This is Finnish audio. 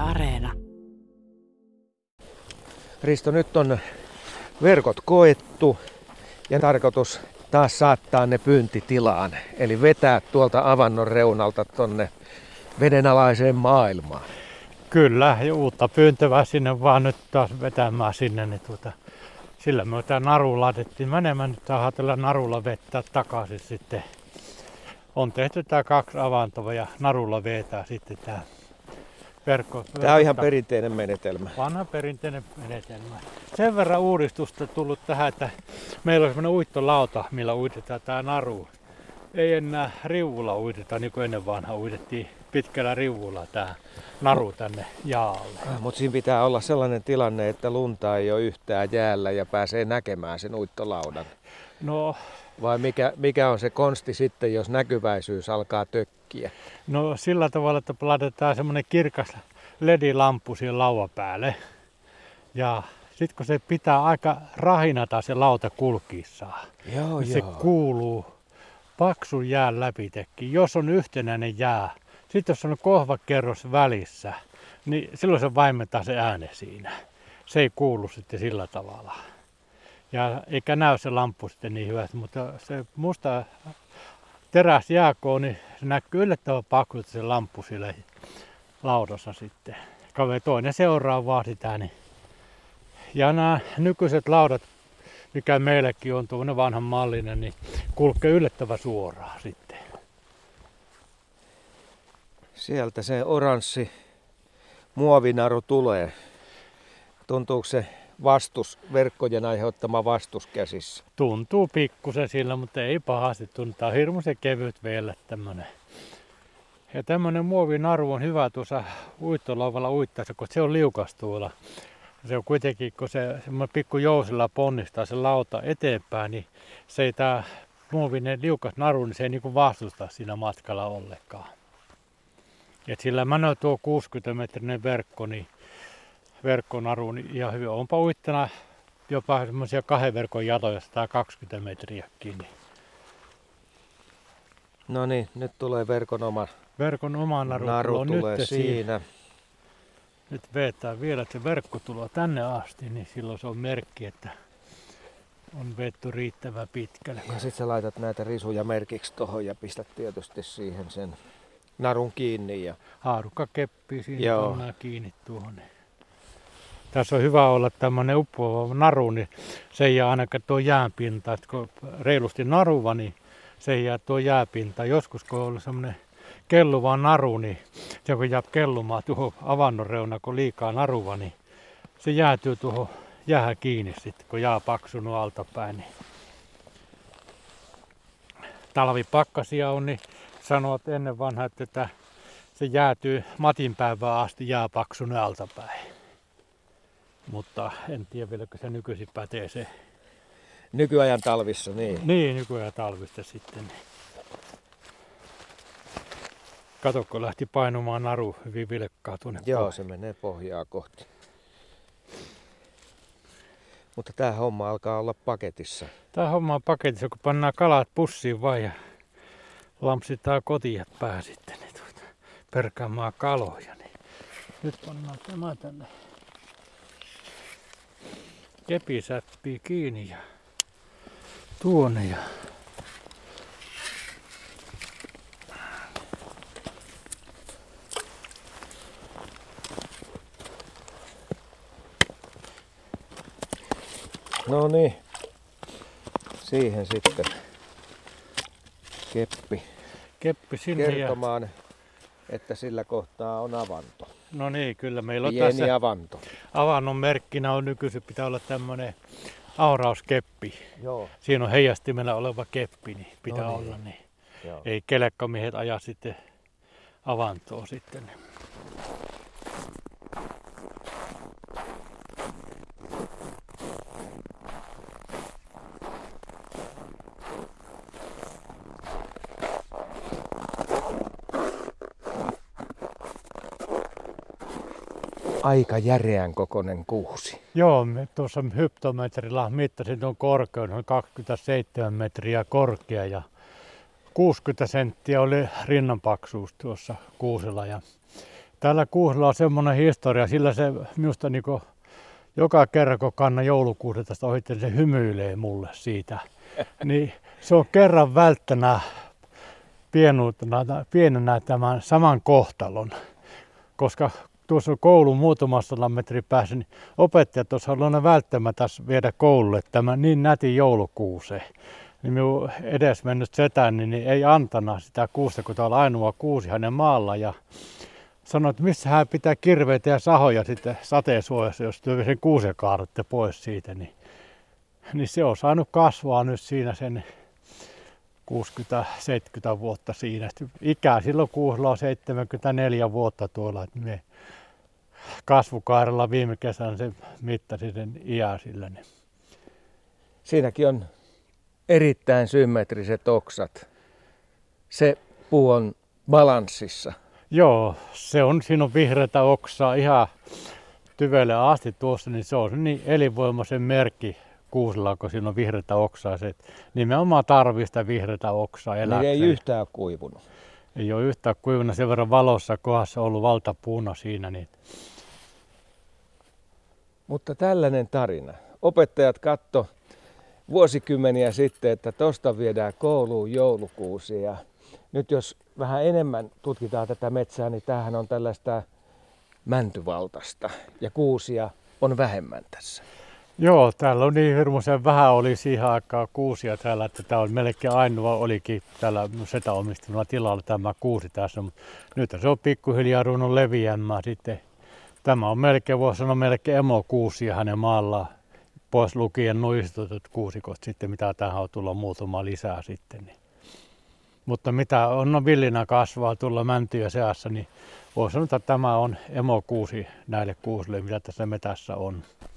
Areena. Risto, nyt on verkot koettu ja tarkoitus taas saattaa ne pyyntitilaan. Eli vetää tuolta avannon reunalta tonne vedenalaiseen maailmaan. Kyllä, ja uutta pyyntöä sinne vaan nyt taas vetämään sinne. Niin sillä me tämä naru laitettiin menemään. Nyt saadaan tällä narulla vettää takaisin sitten. On tehty tämä 2 avantoa ja narulla vetää sitten tämä verkko. Tämä on ihan perinteinen menetelmä. Vanha perinteinen menetelmä. Sen verran uudistusta tullut tähän, että meillä on sellainen uittolauta, millä uitetaan tämä naru. Ei enää riuvulla uiteta, niin kuin ennen vanha uitettiin pitkällä riuvulla tämä naru tänne jaalle. Mutta siinä pitää olla sellainen tilanne, että lunta ei ole yhtään jäällä ja pääsee näkemään sen uittolaudan. No, vai mikä on se konsti sitten, jos näkyväisyys alkaa tökkiä? No sillä tavalla, että laitetaan semmoinen kirkas LED-lamppu siihen lauan päälle. Ja sitten kun se pitää aika rahinata se lauta kulkiessaan, niin se kuuluu paksun jään läpitekki. Jos on yhtenäinen jää, sitten jos on kohvakerros välissä, niin silloin se vaimentaa se ääne siinä. Se ei kuulu sitten sillä tavalla. Ja eikä näy se lamppu sitten niin hyvästi, mutta se musta teräs jääkoon, niin se näkyy yllättävän paksulta se lamppu sillä laudassa sitten. Toinen seuraa vaan sitä. Niin. Ja nämä nykyiset laudat, mikä meilläkin on tuollainen vanhan mallinen, niin kulkee yllättävän suoraan sitten. Sieltä se oranssi muovinaru tulee. Tuntuuko se verkkojen aiheuttama vastus käsissä? Tuntuu pikkusen sillä, mutta ei pahasti tuntuu. Hirmuisen kevyt vielä tämmönen. Ja tämmönen muovinaru on hyvä tuossa uittolauvalla uittaessa, kun se on liukas tuolla. Se on kuitenkin, kun se pikku jousilla ponnistaa se lauta eteenpäin, niin se ei tää muovinen liukas naru, niin se ei niinku vastusta siinä matkalla ollenkaan. Et sillä mä tuo 60-metrinen verkko, niin verkkonaru niin ihan hyvin. Onpa uittana jopa semmoisia 2 verkon jatoja 120 metriäkin. No niin, nyt tulee verkon oma naru tulee nyt siinä. Nyt vetää vielä, että se verkko tulee tänne asti, niin silloin se on merkki, että on vetty riittävän pitkälle. Ja sit sä laitat näitä risuja merkiksi tohon ja pistät tietysti siihen sen narun kiinni. Ja haarukkakeppi siinä pannaan kiinni tuohon. Tässä on hyvä olla tämmöinen uppoava naru, niin se ei jää ainakaan tuo jäänpinta. Kun reilusti naruva, niin se ei jää tuo jääpinta. Joskus kun on ollut semmoinen kelluva naru, niin se kun jää kellumaan tuohon avannon reunaan, kun liikaa naruva, niin se jäätyy tuohon jäähän kiinni sitten, kun jää paksunut altapäin. Niin. Talvipakkasia on, niin sanovat ennen vanhaa, että se jäätyy matinpäivään asti jää paksunut altapäin. Mutta en tiedä vieläkö se nykyisin pätee se. Nykyajan talvissa, niin. Niin, nykyajan talvista sitten. Kato, kun lähti painumaan naru hyvin vilkkaa tuonne. Joo, se menee pohjaa kohti. Mutta tää homma alkaa olla paketissa. Tää homma on paketissa, kun pannaan kalat pussiin vaan ja lampsitaan kotiin pää sitten. Niin perkaamaan kaloja. Niin. Nyt pannaan tämä tänne. Kepisäppiä kiinni ja tuonne ja no niin, siihen sitten keppi sinne kertomaan, että sillä kohtaa on avanto. No niin, kyllä meillä on pieni tässä avanto. Avannon merkkinä on nykyisin pitää olla tämmöinen aurauskeppi. Joo. Siinä on heijastimella oleva keppi, niin pitää olla. Niin. Ei kelekkamiehet aja sitten avantoon sitten. Aika järeän kokoinen kuusi. Joo, tuossa hyptometrillä mittasin tuon korkeuden, on 27 metriä korkea ja 60 senttiä oli rinnanpaksuus tuossa kuusella. Ja Tällä kuusella on semmoinen historia, sillä se minusta niinku joka kerran kun kannan joulukuusen tästä ohi, se hymyilee mulle siitä. Niin se on kerran välttänä pienenä tämän saman kohtalon, koska tuossa on koulu muutamassa 100 metrin päässä, niin opettajat olisi halunnut välttämättä viedä koululle tämän niin nätin joulukuuseen. Niin minun edesmennyt setäni niin ei antana sitä kuusta, kun tämä on ainoa kuusi hänen maalla. Ja sanoi, että missä hän pitää kirveitä ja sahoja sitten sateensuojassa, jos työ sen kuusen kaadatte pois siitä. Niin se on saanut kasvaa nyt siinä sen 60-70 vuotta siinä. Ikää silloin kuusella on 74 vuotta tuolla. Että me kasvukaarella viime kesänä se mittasi sen iän sillä. Siinäkin on erittäin symmetriset oksat. Se puu on balanssissa. Joo, siinä on vihreätä oksaa ihan tyvelle asti tuossa, niin se on niin elinvoimaisen merkki kuusella, kun siinä on vihreätä oksaa. Se nimenomaan tarvii sitä vihreätä oksaa eläkseen. Niin ei yhtään ole kuivunut. Ei ole yhtään kuivunut, sen verran valossa kohdassa ollut valtapuuna siinä. Niin. Mutta tällainen tarina. Opettajat katto vuosikymmeniä sitten, että tosta viedään kouluun joulukuusi. Ja nyt jos vähän enemmän tutkitaan tätä metsää, niin tämähän on tällaista mäntyvaltasta ja kuusia on vähemmän tässä. Joo, täällä on niin hirmuisen vähän oli siihen aikaan kuusia täällä, että tämä on melkein ainoa olikin täällä setäomistamalla tilalla tämä kuusi tässä. Mutta nyt se on pikkuhiljaa ruvennut leviämään sitten. Tämä on melkein, voisi sanoa melkein emokuusia hänen maallaan, pois lukien nuo istutut kuusikot sitten, mitä tähän on tullut muutama lisää sitten. Mutta mitä on villinä kasvaa tulla mäntyjä seassa, niin voisi sanoa, että tämä on emokuusi näille kuusille, mitä tässä metässä on.